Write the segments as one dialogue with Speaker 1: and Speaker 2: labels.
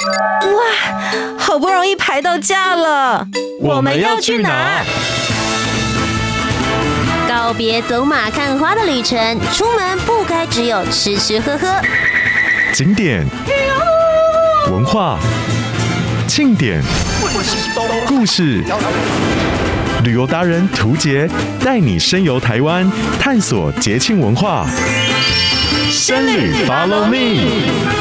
Speaker 1: 哇，好不容易排到假了，
Speaker 2: 我们要去哪？
Speaker 3: 告别走马看花的旅程，出门不该只有吃吃喝喝。
Speaker 2: 景点、文化、庆典、故事，旅游达人涂杰带你深游台湾，探索节庆文化。深旅 Follow Me。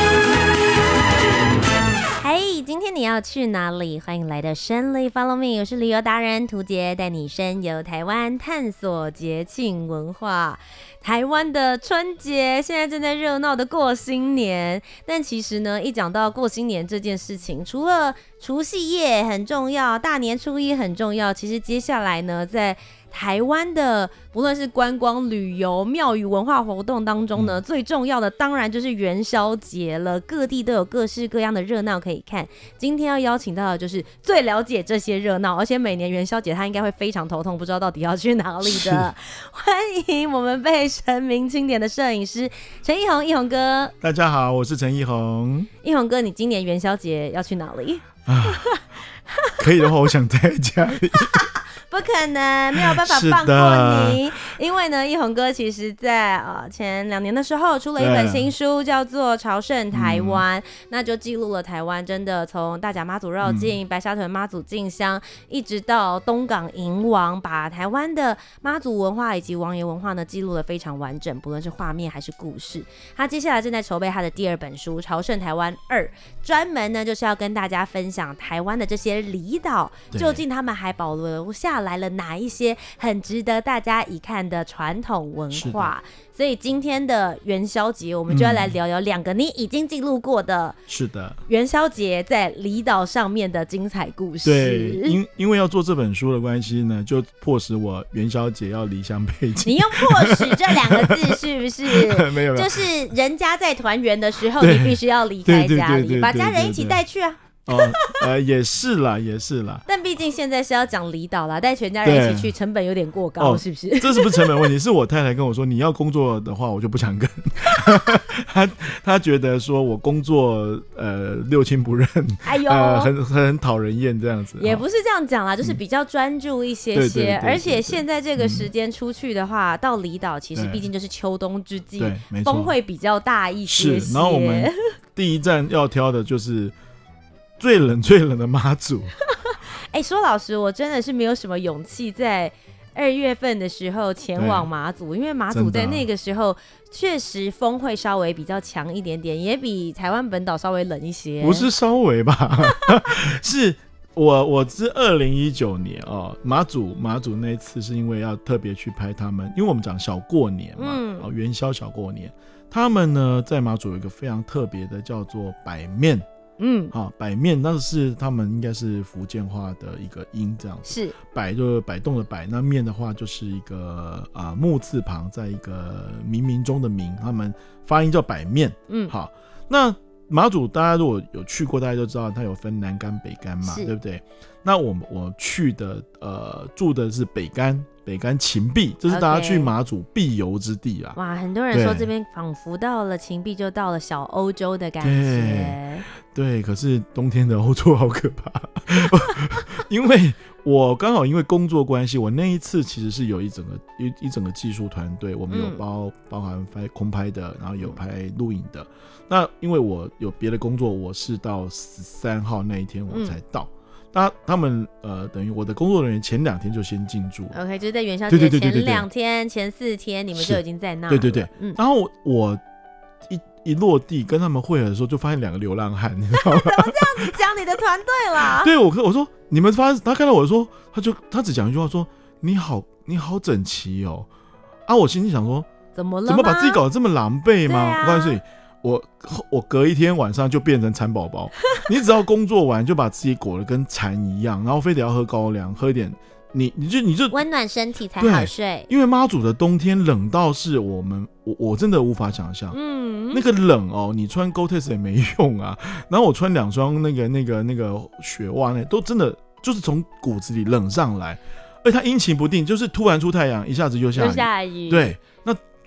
Speaker 3: 今天你要去哪里？欢迎来到深旅 Follow Me， 我是旅游达人涂杰，带你深游台湾，探索节庆文化。台湾的春节现在正在热闹的过新年，但其实呢，一讲到过新年这件事情，除了除夕夜很重要，大年初一很重要，其实接下来呢，在台湾的不论是观光旅游、庙宇文化活动当中呢，最重要的当然就是元宵节了，各地都有各式各样的热闹可以看。今天要邀请到的就是最了解这些热闹，而且每年元宵节他应该会非常头痛，不知道到底要去哪里的。欢迎我们被神明钦点的摄影师陈奕弘，奕弘哥。
Speaker 4: 大家好，我是陈奕弘。
Speaker 3: 奕弘哥，你今年元宵节要去哪里？
Speaker 4: 可以的话，我想在家里。
Speaker 3: 不可能，没有办法放过你。因为呢，奕弘哥其实在前2年的时候出了一本新书，叫做《朝圣台湾》，那就记录了台湾真的从大甲妈祖绕境、白沙屯妈祖进香，一直到东港迎王，把台湾的妈祖文化以及王爷文化呢记录得非常完整，不论是画面还是故事。他接下来正在筹备他的第2本书《朝圣台湾2》，专门呢就是要跟大家分享台湾的这些离岛，究竟他们还保留下来了哪一些很值得大家一看的传统文化。所以今天的元宵节我们就要来聊聊2个你已经记录过的元宵节在离岛上面的精彩故事。
Speaker 4: 对，因为要做这本书的关系呢，就迫使我元宵节要离乡背井。
Speaker 3: 你用迫使这2个字是不是？
Speaker 4: 没有，
Speaker 3: 就是人家在团圆的时候你必须要离开家里，把家人一起带去啊。
Speaker 4: 也是啦。
Speaker 3: 但毕竟现在是要讲离岛啦，带全家人一起去，成本有点过高，是不是？
Speaker 4: 这是不是成本问题？是我太太跟我说，你要工作的话，我就不想跟。她觉得说我工作六亲不认，
Speaker 3: 哎呦，
Speaker 4: 很讨人厌这样子。
Speaker 3: 也不是这样讲啦，就是比较专注一些些。而且现在这个时间出去的话，到离岛其实毕竟就是秋冬之际，风会比较大一些。
Speaker 4: 是，然后我们第一站要挑的就是最冷的妈祖。
Speaker 3: 说老实，我真的是没有什么勇气在2月份的时候前往马祖，因为马祖在那个时候确实风会稍微比较强一点点，也比台湾本岛稍微冷一些。
Speaker 4: 不是稍微吧？是我是2019年马祖那一次是因为要特别去拍他们，因为我们讲小过年嘛，元宵小过年，他们呢在马祖有一个非常特别的叫做摆面。摆面那是他们应该是福建话的一个音，这样子。是摆就是摆动的摆，那面的话就是一个木字旁，在一个冥冥中的冥，他们发音叫摆面。好，那马祖大家如果有去过，大家就知道它有分南竿北竿嘛，对不对？那我去的住的是北竿芹壁，这是大家去马祖必游之地啊！
Speaker 3: 哇，很多人说这边仿佛到了芹壁就到了小欧洲的感觉。
Speaker 4: 对，可是冬天的欧洲好可怕。因为我刚好因为工作关系，我那一次其实是有一整个技术团队，我们有包含拍空拍的，然后有拍录影的。那因为我有别的工作，我是到13号那一天我才到。他们等于我的工作人员前2天就先进驻
Speaker 3: ，OK， 就是在元宵节前2天、前4天，你们就已经在那了。
Speaker 4: 对，然后我一落地跟他们会合的时候，就发现2个流浪汉，你知道吗？
Speaker 3: 怎么这样子讲你的团队啦？
Speaker 4: 对，我说你们他看到我说，他只讲一句话说你好整齐哦。我心里想说怎么了？怎么把自己搞得这么狼狈吗？我告诉你。我隔一天晚上就变成蚕宝宝，你只要工作完就把自己裹得跟蚕一样，然后非得要喝高粱，喝一点，你就
Speaker 3: 温暖身体才好睡。
Speaker 4: 因为妈祖的冬天冷到是我真的无法想象，那个冷你穿 Gore-Tex 也没用啊，然后我穿2双那个雪袜都真的就是从骨子里冷上来，而且它阴晴不定，就是突然出太阳，一下子又下雨。
Speaker 3: 对，那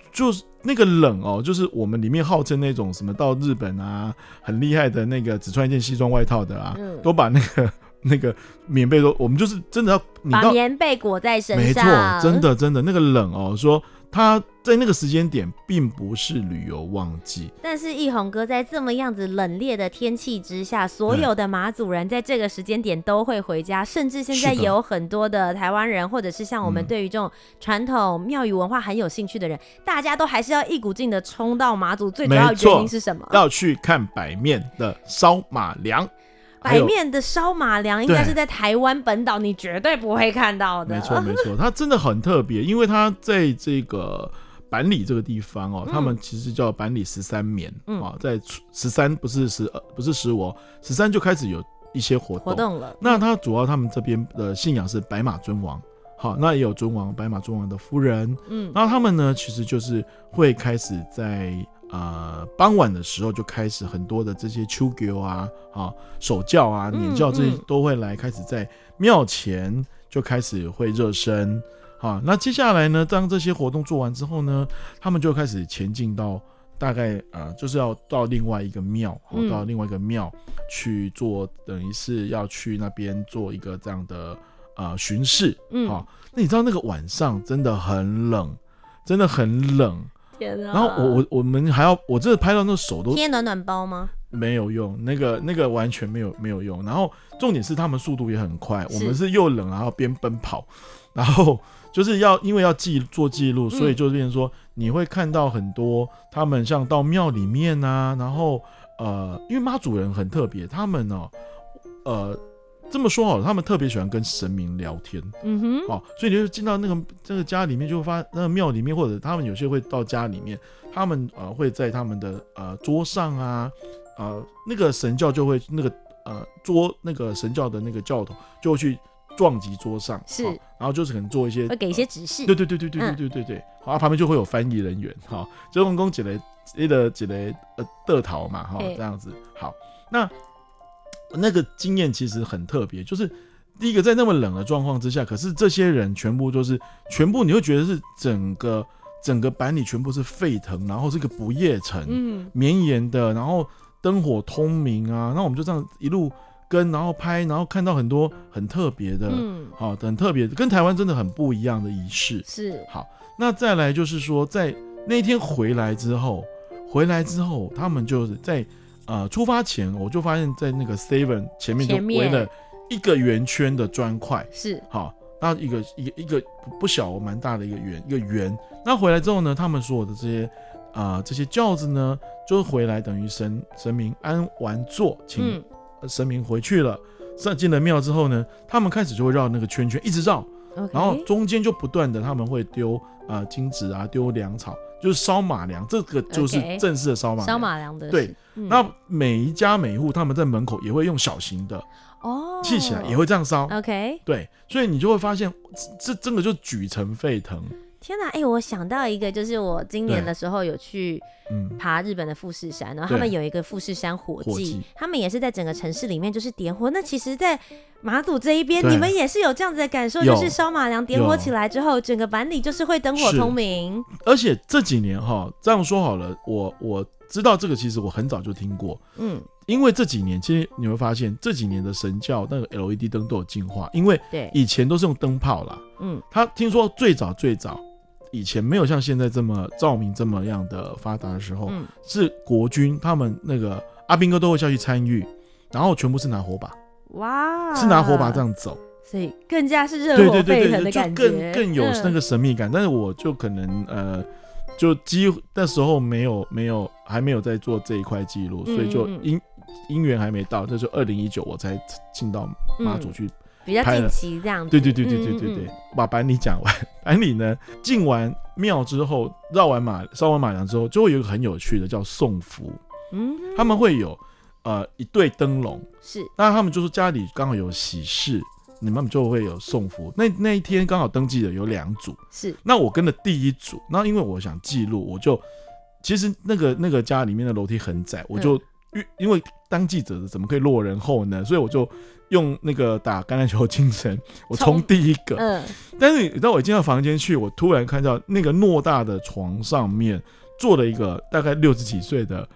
Speaker 4: 就是那个冷哦，就是我们里面号称那种什么到日本啊很厉害的那个只穿一件西装外套的啊，都把那个棉被都，我们就是真的要
Speaker 3: 把棉被裹在身上，
Speaker 4: 没错，真的那个冷哦，说他在那个时间点并不是旅游旺季，
Speaker 3: 但是奕弘哥在这么样子冷冽的天气之下，所有的马祖人在这个时间点都会回家，甚至现在也有很多的台湾人，或者是像我们对于这种传统庙宇文化很有兴趣的人，大家都还是要一股劲的冲到马祖。最主要的原因是什么？
Speaker 4: 要去看百面的烧马凉。
Speaker 3: 百面的烧马凉应该是在台湾本岛你绝对不会看到的。
Speaker 4: 没错，它真的很特别，因为它在这个板里这个地方哦，他们其实叫板里13眠在13不是15，13就开始有一些活动了。那它主要他们这边的信仰是白马尊王，好，那也有尊王白马尊王的夫人，然后他们呢其实就是会开始在傍晚的时候就开始很多的这些秋교啊、守教啊、念教这些都会来开始在庙前就开始会热身。那接下来呢，当这些活动做完之后呢，他们就开始前进到大概就是要到另外一个庙，到另外一个庙去做，等于是要去那边做一个这样的巡视。那你知道那个晚上真的很冷，真的很冷。然后我们还要，我真的拍到那手都
Speaker 3: 贴暖暖包吗？
Speaker 4: 没有用，那个完全没有用。然后重点是他们速度也很快，我们是又冷然后边奔跑，然后就是因为要做记录，所以就变成说你会看到很多他们像到庙里面啊，然后因为妈祖人很特别，他们这么说好了，他们特别喜欢跟神明聊天，所以你就进到这个家里面，就发那个庙里面，或者他们有些会到家里面，他们会在他们的桌上啊，那个神教就会那个那个神教的那个教头就会去撞击桌上，是，然后就是可能做一些
Speaker 3: 会给一些指示，
Speaker 4: 对，好，旁边就会有翻译人员，好，就公公几个得逃嘛，哈，这样子，好，那个经验其实很特别，就是第一个在那么冷的状况之下，可是这些人全部你会觉得是整个板里全部是沸腾，然后是个不夜城，绵延的，然后灯火通明啊，那我们就这样一路跟，然后拍，然后看到很多很特别的，很特别的，跟台湾真的很不一样的仪式。是，好，那再来就是说，在那天回来之后，他们就是在出发前，我就发现在那个 Seven 前面就围了一个圆圈的砖块，是好，那一个不小蛮大的一个圆。那回来之后呢，他们所有的这些轿子呢，就回来等于神明安完座，请神明回去了。进了庙之后呢，他们开始就会绕那个圈圈一直绕，然后中间就不断的他们会丢金纸啊，丢粮草。就是烧马粮，这个就是正式的烧马粮的。对，那每一家每户他们在门口也会用小型的砌起来，也会这样烧。OK， 对，所以你就会发现，这真的就举成沸腾。
Speaker 3: 天哪，我想到一个，就是我今年的时候有去爬日本的富士山，然后他们有一个富士山火祭，他们也是在整个城市里面就是点火。那其实，在马祖这一边，你们也是有这样子的感受，就是烧马粮点火起来之后，整个板里就是会灯火通明。
Speaker 4: 而且这几年这样说好了，我知道这个，其实我很早就听过，因为这几年其实你会发现，这几年的神教那个 LED 灯都有进化，因为以前都是用灯泡啦，他听说最早以前没有像现在这么照明这么样的发达的时候，是国军他们那个阿兵哥都会下去参与，然后全部是拿火把，哇，是拿火把这样走，
Speaker 3: 所以更加是热火沸腾的感觉，
Speaker 4: 就更有那个神秘感。但是我就可能就几乎那时候还没有在做这一块记录，所以就因缘还没到，这就2019我才进到马祖去。
Speaker 3: 比较近期这样子，
Speaker 4: 对，把板里讲完。板里呢，进完庙之后，烧完马粮之后，就会有一个很有趣的叫送福。他们会有一对灯笼，是，那他们就说家里刚好有喜事，你们就会有送福。那一天刚好登记的有2组，是，那我跟了第一组，那因为我想记录，我就其实那个家里面的楼梯很窄，我就因为当记者的怎么可以落人后呢？所以我就用那个打橄榄球精神，我冲第一个。但是你知道我一进到房间去，我突然看到那个偌大的床上面坐了一个大概60几岁的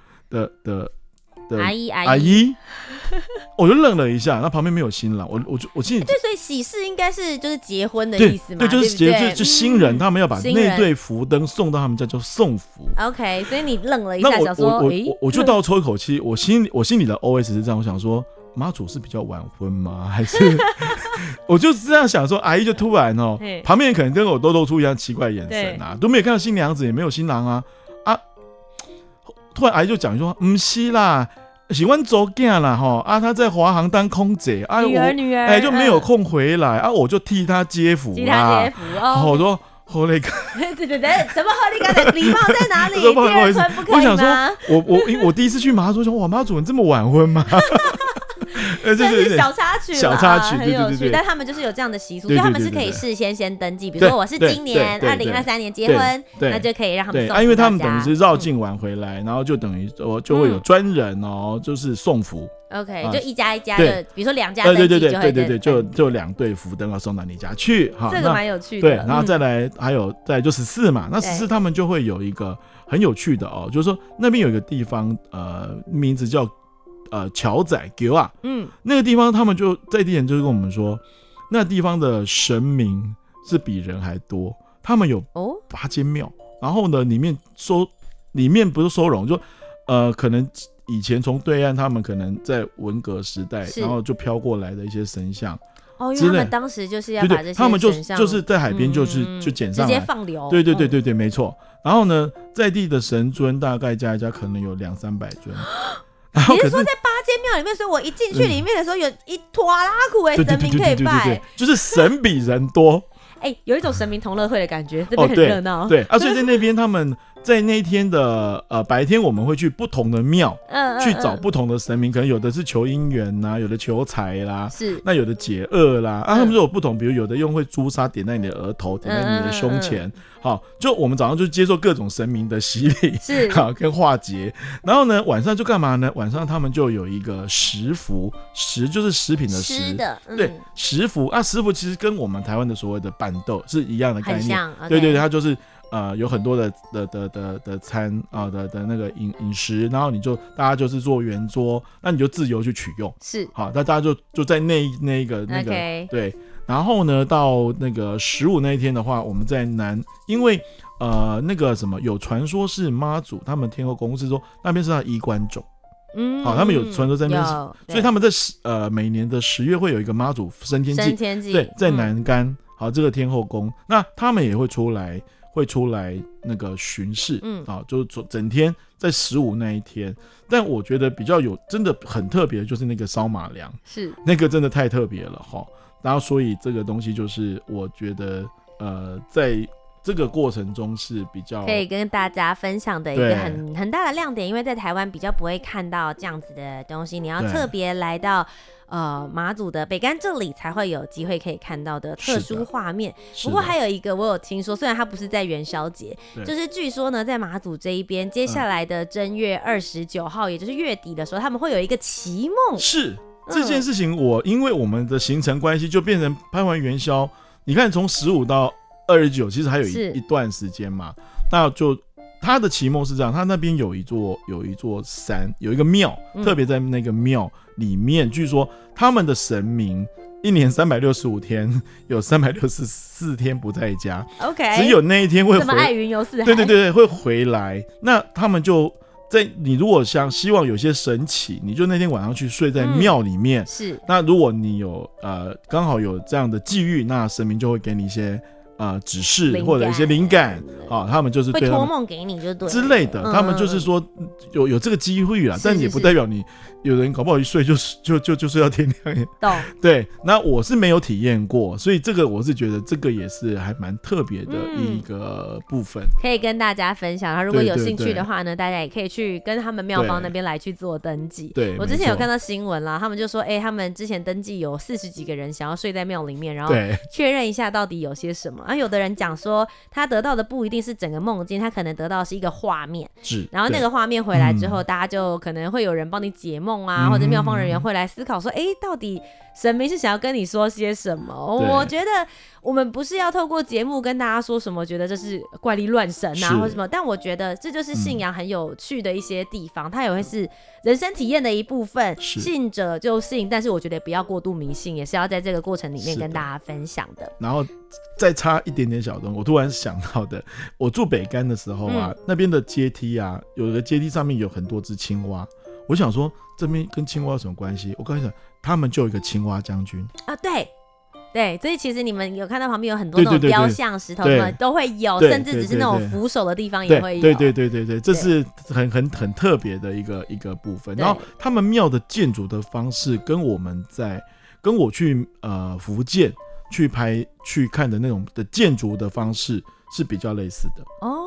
Speaker 4: 阿姨，我就愣了一下，那旁边没有新郎，我心里
Speaker 3: 对，所以喜事应该是就是结婚的意思嘛，
Speaker 4: 对，就是就新人，他们要把那对福灯送到他们家，叫送福。
Speaker 3: OK， 所以你愣了一下，想说，
Speaker 4: 我就倒抽一口气，我心里的 OS 是这样，我想说，妈祖是比较晚婚吗？还是我就这样想说，阿姨就突然旁边可能跟我都露出一样奇怪的眼神啊，都没有看到新娘子，也没有新郎啊，突然阿姨就讲说，不是啦。喜欢走囝啦他在华航当空姐
Speaker 3: 女儿
Speaker 4: 就没有空回来我就替他接福啦。我说后那个
Speaker 3: 对，什么后那个礼貌在哪里？第二春不可以吗？
Speaker 4: 我想说，我第一次去妈祖，说哇，妈祖你这么晚婚吗？
Speaker 3: 这是小插曲，
Speaker 4: 对，
Speaker 3: 很有趣。但他们就是有这样的习俗，所以他们是可以事先登记。比如说我是今年2023年结婚，那就可以让他们送福。
Speaker 4: 因为他们等于是绕境完回来，然后就等于就会有专人就是送福。
Speaker 3: OK， 就一家一家的，比如说2家登记就会
Speaker 4: 对，就2对福灯要送到你家去。
Speaker 3: 这个蛮有趣的。
Speaker 4: 对，然后再来就14嘛，那14他们就会有一个很有趣的就是说那边有一个地方名字叫桥仔桥啊，那个地方他们就在地人就是跟我们说，那个地方的神明是比人还多，他们有8间庙，然后呢里面不是收容，就可能以前从对岸他们可能在文革时代，然后就飘过来的一些神像。
Speaker 3: 因为他们当时就是要把这些神像，
Speaker 4: 他们就是在海边就捡上来，
Speaker 3: 直接放流。
Speaker 4: 对，没错。然后呢，在地的神尊大概加一加可能有200-300尊。
Speaker 3: 你是说在8间庙里面，所以我一进去里面的时候，有一拖拉库的神明可以拜，
Speaker 4: 对，就是神比人多。
Speaker 3: 有一种神明同乐会的感觉，这边很热闹。
Speaker 4: 对，所以在那边他们在那一天的白天，我们会去不同的庙，去找不同的神明，可能有的是求姻缘啦，有的求财啦，
Speaker 3: 是
Speaker 4: 那有的解厄啦，他们就有不同，比如有的用会朱砂点在你的额头，点在你的胸前。好，就我们早上就接受各种神明的洗礼，
Speaker 3: 是
Speaker 4: 跟化解。然后呢，晚上就干嘛呢？晚上他们就有一个食符，食就是食品的食，对，食符食符其实跟我们台湾的所谓的板豆是一样的概念，对，它就是有很多的餐的那个饮食，然后大家就是做圆桌，那你就自由去取用，
Speaker 3: 是
Speaker 4: 好，那大家就在那个对。然后呢，到那个15那一天的话，我们在因为那个什么有传说是妈祖他们天后宫是说那边是他的衣冠冢，好，他们有传说在那边，所以他们在每年的10月会有一个妈祖升天祭，对，在南竿，好，这个天后宫，那他们也会出来那个巡视，就是整天在15那一天。但我觉得比较真的很特别的就是那个烧马粮，是那个真的太特别了哈。然后所以这个东西就是我觉得在这个过程中是比较
Speaker 3: 可以跟大家分享的一个很大的亮点，因为在台湾比较不会看到这样子的东西，你要特别来到马祖的北竿这里才会有机会可以看到的特殊画面。不过还有一个我有听说，虽然它不是在元宵节，就是据说呢在马祖这一边接下来的正月29号也就是月底的时候，他们会有一个祈梦。
Speaker 4: 是这件事情因为我们的行程关系就变成拍完元宵，你看从15到29其实还有一段时间嘛，那就他的祈梦是这样，他那边有一座山，有一个庙，特别在那个庙里面，据说他们的神明1年365天有364天不在家，
Speaker 3: OK，
Speaker 4: 只有那一天会回，
Speaker 3: 这么爱云游四海，
Speaker 4: 对，会回来。那他们就你如果希望有些神奇，你就那天晚上去睡在庙里面，是。那如果你有刚好有这样的际遇，那神明就会给你一些指示或者一些灵感他们就是对
Speaker 3: 会托梦给你就对
Speaker 4: 之类的，他们就是说有这个机会啦，但也不代表你有人搞不好一睡就睡到天亮。懂？对，那我是没有体验过，所以这个我是觉得这个也是还蛮特别的一个部分，
Speaker 3: 可以跟大家分享。如果有兴趣的话呢，大家也可以去跟他们庙方那边来去做登记。对，我之前有看到新闻啦，他们就说他们之前登记有40几个人想要睡在庙里面，然后确认一下到底有些什么。 然后有的人讲说他得到的不一定是整个梦境，他可能得到的是一个画面，然后那个画面回来之后，大家就可能会有人帮你解梦啊，或者庙方人员会来思考说，到底神明是想要跟你说些什么？我觉得我们不是要透过节目跟大家说什么，觉得这是怪力乱神啊或什么，但我觉得这就是信仰很有趣的一些地方，它也会是人生体验的一部分，信者就信，但是我觉得不要过度迷信，也是要在这个过程里面跟大家分享的。
Speaker 4: 然后再插一点点小东西，我突然想到的，我住北竿的时候啊，那边的阶梯啊，有一个阶梯上面有很多只青蛙，我想说这边跟青蛙有什么关系？我刚才想，他们就有一个青蛙将军啊，
Speaker 3: 对，所以其实你们有看到旁边有很多那种雕像石头，都会有，甚至只是那种扶手的地方也会有。
Speaker 4: 对，这是很特别的一个部分。然后他们庙的建筑的方式跟我去福建去看的那种的建筑的方式是比较类似的。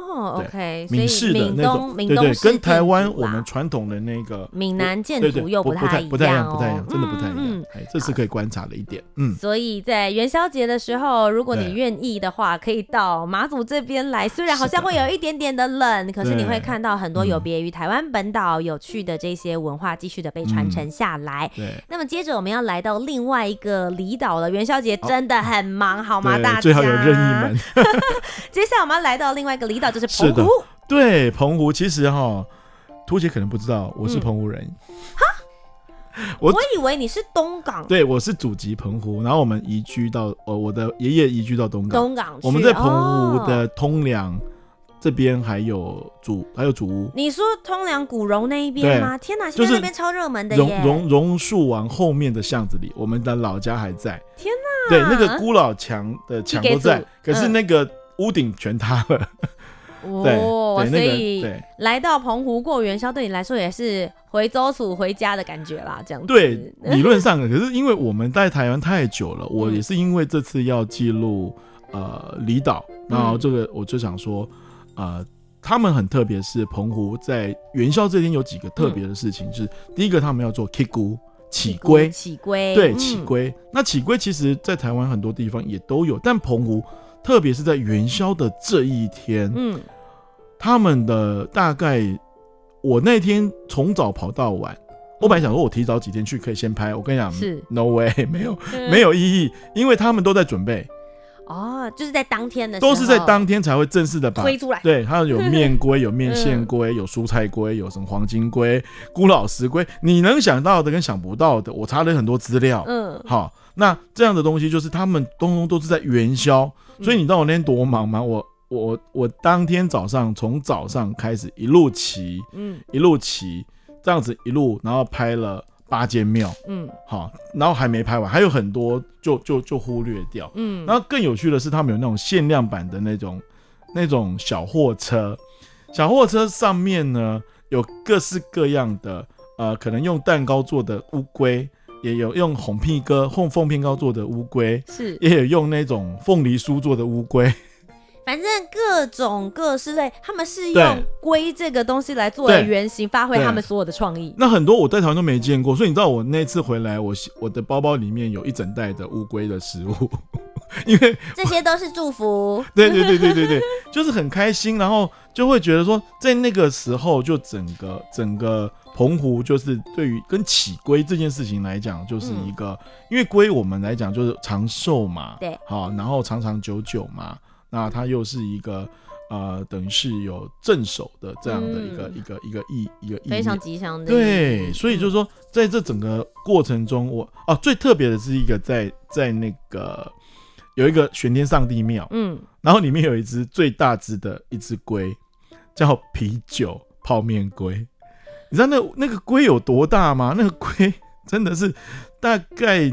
Speaker 3: OK，
Speaker 4: 闽式的那种，对，跟台湾我们传统的那个
Speaker 3: 闽南建筑又不太一样，
Speaker 4: 真的不太一样。这是可以观察的一点。
Speaker 3: 所以在元宵节的时候，如果你愿意的话，可以到马祖这边来。虽然好像会有一点点的冷，可是你会看到很多有别于台湾本岛有趣的这些文化继续的被传承下来。那么接着我们要来到另外一个离岛了。元宵节真的很忙，好吗？大家
Speaker 4: 最好有任意门。
Speaker 3: 接下来我们要来到另外一个离岛，就是澎湖。
Speaker 4: 对，澎湖其实图姐可能不知道，我是澎湖人。
Speaker 3: 我以为你是东港。
Speaker 4: 对，我是祖籍澎湖，然后我们移居到我的爷爷移居到东港
Speaker 3: 去。
Speaker 4: 我们在澎湖的通梁这边还有祖屋。你
Speaker 3: 说通梁古榕那一边吗？天哪，现在那边超热门的耶！
Speaker 4: 榕树王后面的巷子里，我们的老家还在。
Speaker 3: 天哪！
Speaker 4: 对，那个古老墙的墙都在，可是那个屋顶全塌了。
Speaker 3: 所以来到澎湖过元宵，对你来说也是回州厝回家的感觉啦，这样子。
Speaker 4: 对，理论上的。可是因为我们在台湾太久了，我也是因为这次要记录离岛，然后这个我就想说，他们很特别，是澎湖在元宵这天有几个特别的事情，是第一个他们要做 Kigu 起龟，对，起龟。那起龟其实在台湾很多地方也都有，但澎湖特别是在元宵的这一天，他们的大概我那天从早跑到晚，我本来想说我提早几天去可以先拍，我跟你讲是 no way， 没有意义，因为他们都在准备。
Speaker 3: 就是在当天的时候，
Speaker 4: 都是在当天才会正式的把
Speaker 3: 推出来。
Speaker 4: 对，它有面龟，有面线龟，有蔬菜龟，有什么黄金龟、古老石龟，你能想到的跟想不到的，我查了很多资料。好，那这样的东西就是他们都是在元宵，所以你知道我那天多忙吗？我当天早上从早上开始一路骑，这样子一路，然后拍了8间庙，好，然后还没拍完，还有很多就忽略掉，然后更有趣的是，他们有那种限量版的那种小货车，小货车上面呢有各式各样的，可能用蛋糕做的乌龟，也有用凤片糕做的乌龟，是，也有用那种凤梨酥做的乌龟。
Speaker 3: 反正各种各式类，他们是用龟这个东西来作为原型，发挥他们所有的创意。
Speaker 4: 那很多我在台湾都没见过，所以你知道我那次回来，我的包包里面有一整袋的乌龟的食物，因为
Speaker 3: 这些都是祝福。
Speaker 4: 对，就是很开心，然后就会觉得说，在那个时候，就整个澎湖就是对于跟起龟这件事情来讲，就是一个，因为龟我们来讲就是长寿嘛，对，好，然后长长久久嘛。那它又是一个等于是有镇守的这样的一个意
Speaker 3: 非常吉祥的。
Speaker 4: 对，所以就是说，在这整个过程中，最特别的是一个在那个有一个玄天上帝庙，然后里面有一只最大只的一只龟，叫啤酒泡面龟。你知道那个龟有多大吗？那个龟真的是大概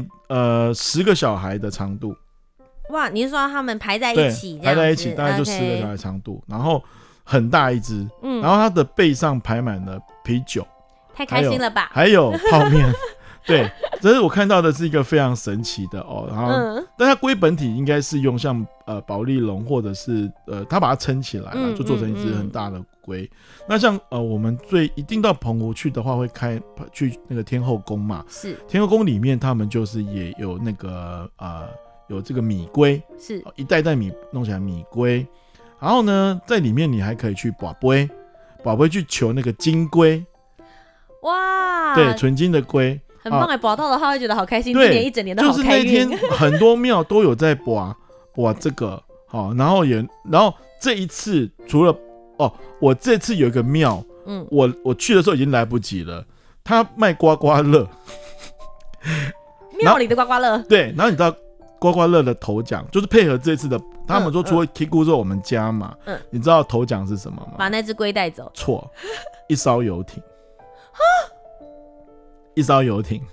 Speaker 4: 10个小孩的长度。
Speaker 3: 哇，你是说他们排在一起这样子？排
Speaker 4: 在一起，大概就10个小孩长度，然后很大一只，然后它的背上排满了啤酒，
Speaker 3: 太开心了吧？
Speaker 4: 还有泡面，对，这是我看到的是一个非常神奇的然后，但它龟本体应该是用像保丽龙或者是它把它撑起来了，就做成一只很大的龟。那像我们一定到澎湖去的话，会去那个天后宫嘛？是天后宫里面，他们就是也有那个有这个米龟，
Speaker 3: 是
Speaker 4: 一袋袋米弄起来米龟，然后呢，在里面你还可以去拔龟去求那个金龟，
Speaker 3: 哇，
Speaker 4: 对，纯金的龟，
Speaker 3: 很棒哎，拔到的话会觉得好开心，
Speaker 4: 对，
Speaker 3: 今年一整年都好开运。
Speaker 4: 就是那天很多庙都有在拔这个，好，然后这一次除了我这次有一个庙，我去的时候已经来不及了，他卖刮刮乐，
Speaker 3: 庙里的刮刮乐，
Speaker 4: 对，然后你知道刮刮乐的头奖就是配合这次的，他们说除了 Kiku 之后我们加嘛，你知道头奖是什么吗？
Speaker 3: 把那只龟带走。
Speaker 4: 错，一艘游艇。一艘游艇。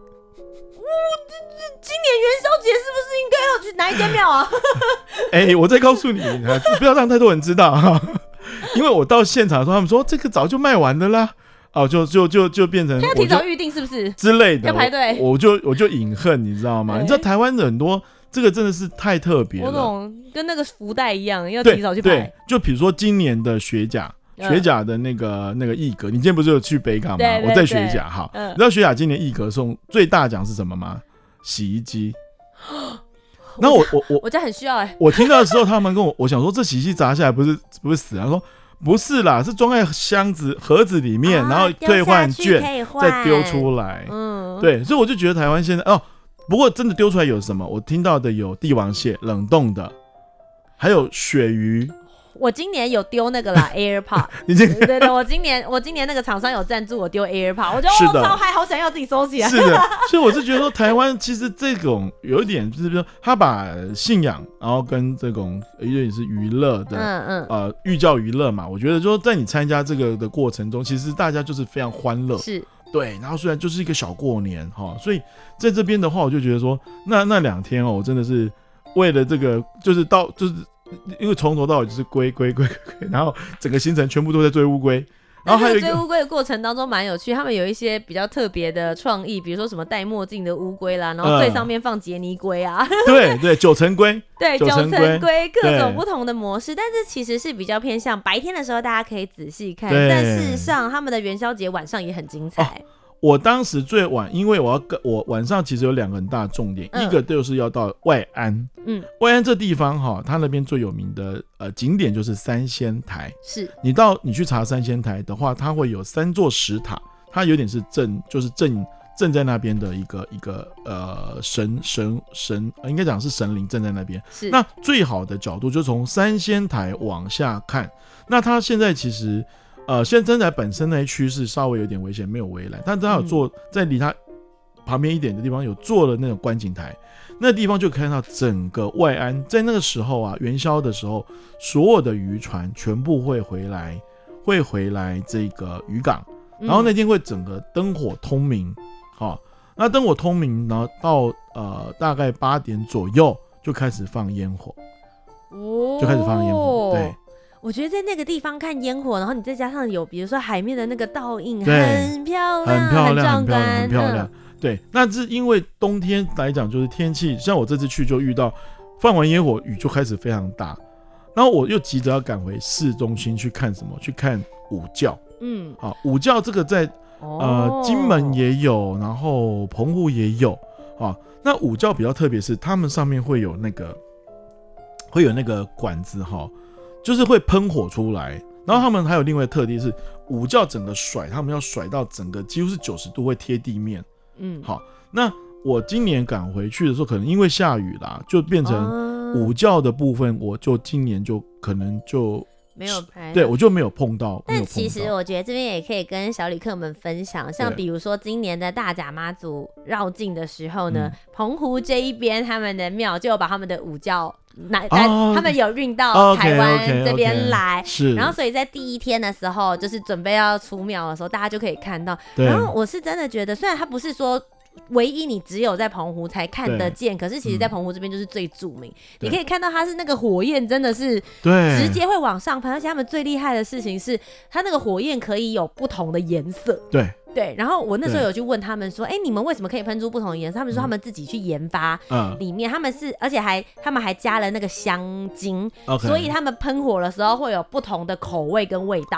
Speaker 3: 今年元宵节是不是应该要去哪一间庙啊？
Speaker 4: 我再告诉你，不要让太多人知道因为我到现场的时候，他们说这个早就卖完了啦。就变成
Speaker 3: 要提早预定是不是
Speaker 4: 之类的，
Speaker 3: 要排队，
Speaker 4: 我就隐恨，你知道吗？你知道台湾的很多这个真的是太特别了，
Speaker 3: 我懂，跟那个福袋一样，要提早去排。
Speaker 4: 对，就比如说今年的雪甲的那个艺格，你今天不是有去北港吗？我在雪甲，好，你知道雪甲今年艺格送最大奖是什么吗？洗衣机。那我
Speaker 3: 家很需要
Speaker 4: 我听到的时候，他们跟我想说这洗衣机砸下来不是死啊？他说不是啦，是装在盒子里面，然后兑换券再丢出来。对，所以我就觉得台湾现在不过真的丢出来有什么？我听到的有帝王蟹冷冻的，还有鳕鱼。
Speaker 3: 我今年有丢那个啦AirPod 对，我今年那个厂商有赞助我丢 AirPod， 我觉得超嗨，好想要自己收起来。
Speaker 4: 是的，所以我是觉得说台湾其实这种有一点就是说他把信仰然后跟这种有点是娱乐的寓教于乐嘛，我觉得说在你参加这个的过程中，其实大家就是非常欢乐，
Speaker 3: 是
Speaker 4: 对，然后虽然就是一个小过年所以在这边的话，我就觉得说那2天我真的是为了这个就是因为从头到尾就是龟，然后整个行程全部都在追乌龟，然后还有一个
Speaker 3: 追乌龟的过程当中蛮有趣，他们有一些比较特别的创意，比如说什么戴墨镜的乌龟啦，然后最上面放杰尼龟啊，
Speaker 4: 对九层龟，
Speaker 3: 对九层龟各种不同的模式，但是其实是比较偏向白天的时候大家可以仔细看，但事实上他们的元宵节晚上也很精彩。
Speaker 4: 我当时最晚，因为我晚上其实有2个很大的重点，一个就是要到外安，外安这地方它那边最有名的景点就是三仙台，是你去查三仙台的话，它会有3座石塔，它有点是就是镇在那边的一个神，应该讲是神灵镇在那边。是那最好的角度就从三仙台往下看，那它现在其实。现在本身那一区是稍微有点危险，没有围栏，但他有做在离他旁边一点的地方有做了那种观景台，那地方就看到整个外安，在那个时候元宵的时候，所有的渔船全部会回来这个渔港，然后那天会整个灯火通明，那灯火通明，然后到大概8点左右就开始放烟火，对。
Speaker 3: 我觉得在那个地方看烟火，然后你再加上有比如说海面的那个倒映，很漂亮，很壮观，很漂亮。
Speaker 4: 对，那是因为冬天来讲，就是天气，像我这次去就遇到放完烟火雨就开始非常大，然后我又急着要赶回市中心去看什么？去看午教。午教这个在金门也有，然后澎湖也有。那午教比较特别是，他们上面会有那个管子就是会喷火出来，然后他们还有另外的特点是午教整个甩，他们要甩到整个几乎是90度会贴地面。好，那我今年赶回去的时候，可能因为下雨啦，就变成午教的部分，我就今年就可能就
Speaker 3: 没有拍，
Speaker 4: 对我就没有碰到。
Speaker 3: 但其实我觉得这边也可以跟小旅客们分享，像比如说今年的大甲妈祖绕境的时候呢，澎湖这一边他们的庙就有把他们的午教他们有运到台湾这边来，然后所以在第1天的时候，就是准备要出庙的时候，大家就可以看到。然后我是真的觉得，虽然它不是说唯一你只有在澎湖才看得见，可是其实在澎湖这边就是最著名，你可以看到它是那个火焰真的是直接会往上喷，而且他们最厉害的事情是它那个火焰可以有不同的颜色。对，然后我那时候有去问他们说，你们为什么可以喷出不同的颜色？他们说他们自己去研发，里面他们是，而且他们还加了那个香精，所以他们喷火的时候会有不同的口味跟味道。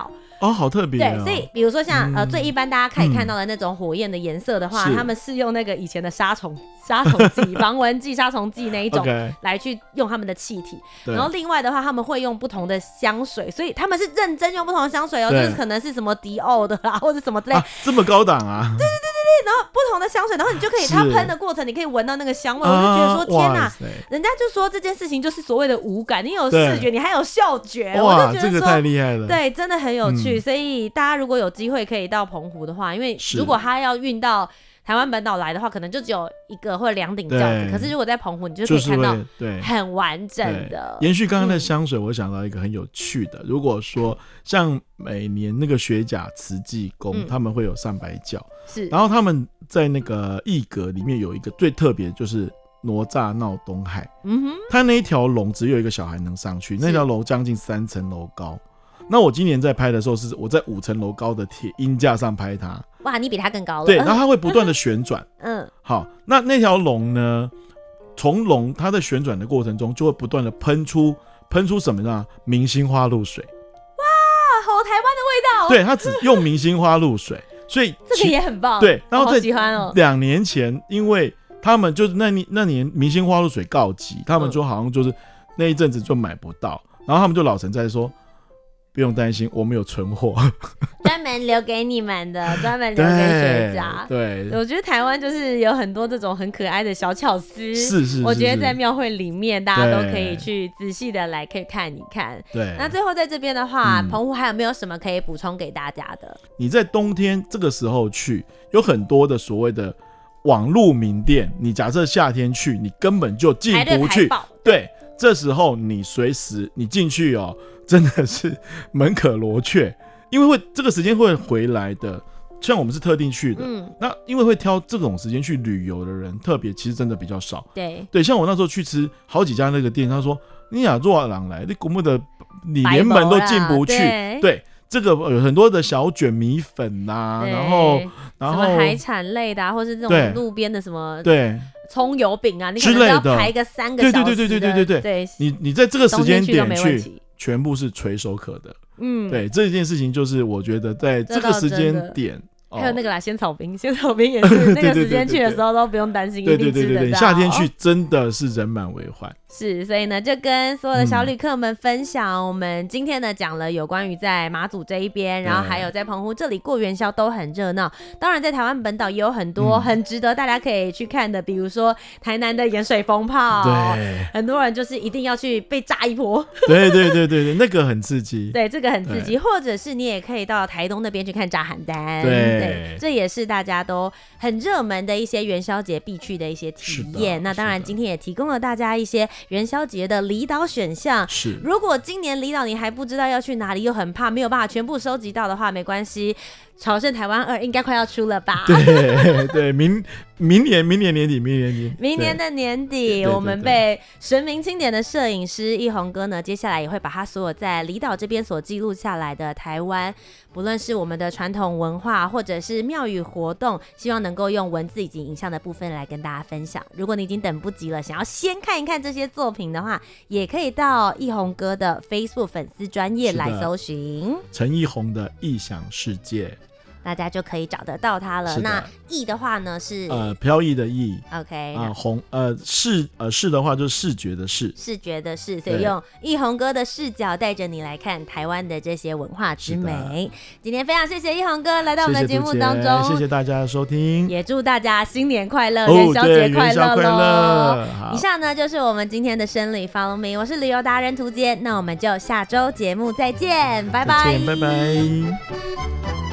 Speaker 4: 哦，好特别
Speaker 3: 对，所以比如说像最一般大家可以看到的那种火焰的颜色的话，他们是用那个以前的杀虫剂、防蚊剂、杀虫剂那一种来去用他们的气体。然后另外的话，他们会用不同的香水，所以他们是认真用不同的香水哦，就是可能是什么迪奥的啦，或者什么之类，
Speaker 4: 这么高档啊？
Speaker 3: 对，然后不同的香水，然后你就可以，它喷的过程，你可以闻到那个香味，我就觉得说天哪，人家就说这件事情就是所谓的五感，你有视觉，你还有嗅觉，我就觉得说
Speaker 4: 这个太厉害了，
Speaker 3: 对，真的很有趣。所以大家如果有机会可以到澎湖的话，因为如果他要运到台湾本岛来的话，可能就只有一个或者2顶轿子，可是如果在澎湖，你就可以看到很完整的。
Speaker 4: 延续刚刚的香水，我想到一个很有趣的，如果说像每年那个雪甲慈济宫，他们会有上白教，是，然后他们在那个艺阁里面有一个最特别就是哪吒闹东海，他那一条龙只有一个小孩能上去，那条龙将近3层楼高。那我今年在拍的时候，是我在5层楼高的铁鹰架上拍它。
Speaker 3: 哇，你比它更高了。
Speaker 4: 对，然后它会不断的旋转。好，那条龙呢？从龙它在旋转的过程中，就会不断的喷出什么呢？明星花露水。
Speaker 3: 哇，好台湾的味道。
Speaker 4: 对，它只用明星花露水，所以
Speaker 3: 这个也很棒。
Speaker 4: 对，然后在
Speaker 3: 2
Speaker 4: 年前，因为他们就是那年明星花露水告急，他们就好像就是那一阵子就买不到，然后他们就老陈在说。不用担心，我们有存货，
Speaker 3: 专门留给你们的，专门留给学家。
Speaker 4: 对，
Speaker 3: 我觉得台湾就是有很多这种很可爱的小巧思，
Speaker 4: 是，
Speaker 3: 我觉得在庙会里面，大家都可以去仔细的来可以看一看。
Speaker 4: 对，
Speaker 3: 那最后在这边的话，澎湖还有没有什么可以补充给大家的？
Speaker 4: 你在冬天这个时候去，有很多的所谓的网路名店，你假设夏天去，你根本就进不去。对，这时候你随时你进去哦。真的是门可罗雀，因为这个时间会回来的。像我们是特定去的，那因为会挑这种时间去旅游的人，特别其实真的比较少。
Speaker 3: 对，
Speaker 4: 像我那时候去吃好几家那个店，他说你哪做人来，你古木的你连门都进不去。对，这个有很多的小卷米粉啊，然后
Speaker 3: 什么海产类的啊，或是这种路边的什么葱油饼啊，你可能要排个3个小时的。对，
Speaker 4: 你在这个时间点去，全部是垂手可得。对，这件事情就是我觉得在这个时间点。
Speaker 3: 还有那个啦，仙草冰也是那个时间去的时候都不用担心，一定吃得到。
Speaker 4: 夏天去真的是人满为患。
Speaker 3: 是，所以呢，就跟所有的小旅客们分享，我们今天呢讲了有关于在马祖这一边，然后还有在澎湖这里过元宵都很热闹。当然，在台湾本岛也有很多很值得大家可以去看的，比如说台南的盐水风炮，
Speaker 4: 对，
Speaker 3: 很多人就是一定要去被炸一波。
Speaker 4: 对，那个很刺激。
Speaker 3: 对，这个很刺激，或者是你也可以到台东那边去看炸邯郸。对，这也是大家都很热门的一些元宵节必去的一些体验。那当然，今天也提供了大家一些元宵节的离岛选项。
Speaker 4: 是，
Speaker 3: 如果今年离岛你还不知道要去哪里，又很怕没有办法全部收集到的话，没关系，朝圣台湾2应该快要出了吧？
Speaker 4: 对，明年年底，
Speaker 3: 明年的年底，我们被神明钦点的摄影师一宏哥呢，接下来也会把他所有在离岛这边所记录下来的台湾，不论是我们的传统文化，或者是庙宇活动，希望能够用文字以及影像的部分来跟大家分享。如果你已经等不及了，想要先看一看这些作品的话，也可以到一宏哥的 Facebook 粉丝专页来搜寻
Speaker 4: 陈一宏的异想世界，
Speaker 3: 大家就可以找得到它了。那意的话呢是
Speaker 4: 飘逸的逸
Speaker 3: ，OK
Speaker 4: 宏视的话就是视觉的视，
Speaker 3: 所以用一宏哥的视角带着你来看台湾的这些文化之美。今天非常谢谢一宏哥来到我们的节目当中，
Speaker 4: 谢谢大家的收听，
Speaker 3: 也祝大家新年快乐，元宵节快乐咯。以上呢就是我们今天的生旅 Follow Me， 我是旅游达人涂杰，那我们就下周节目再见，拜拜，
Speaker 4: 拜拜。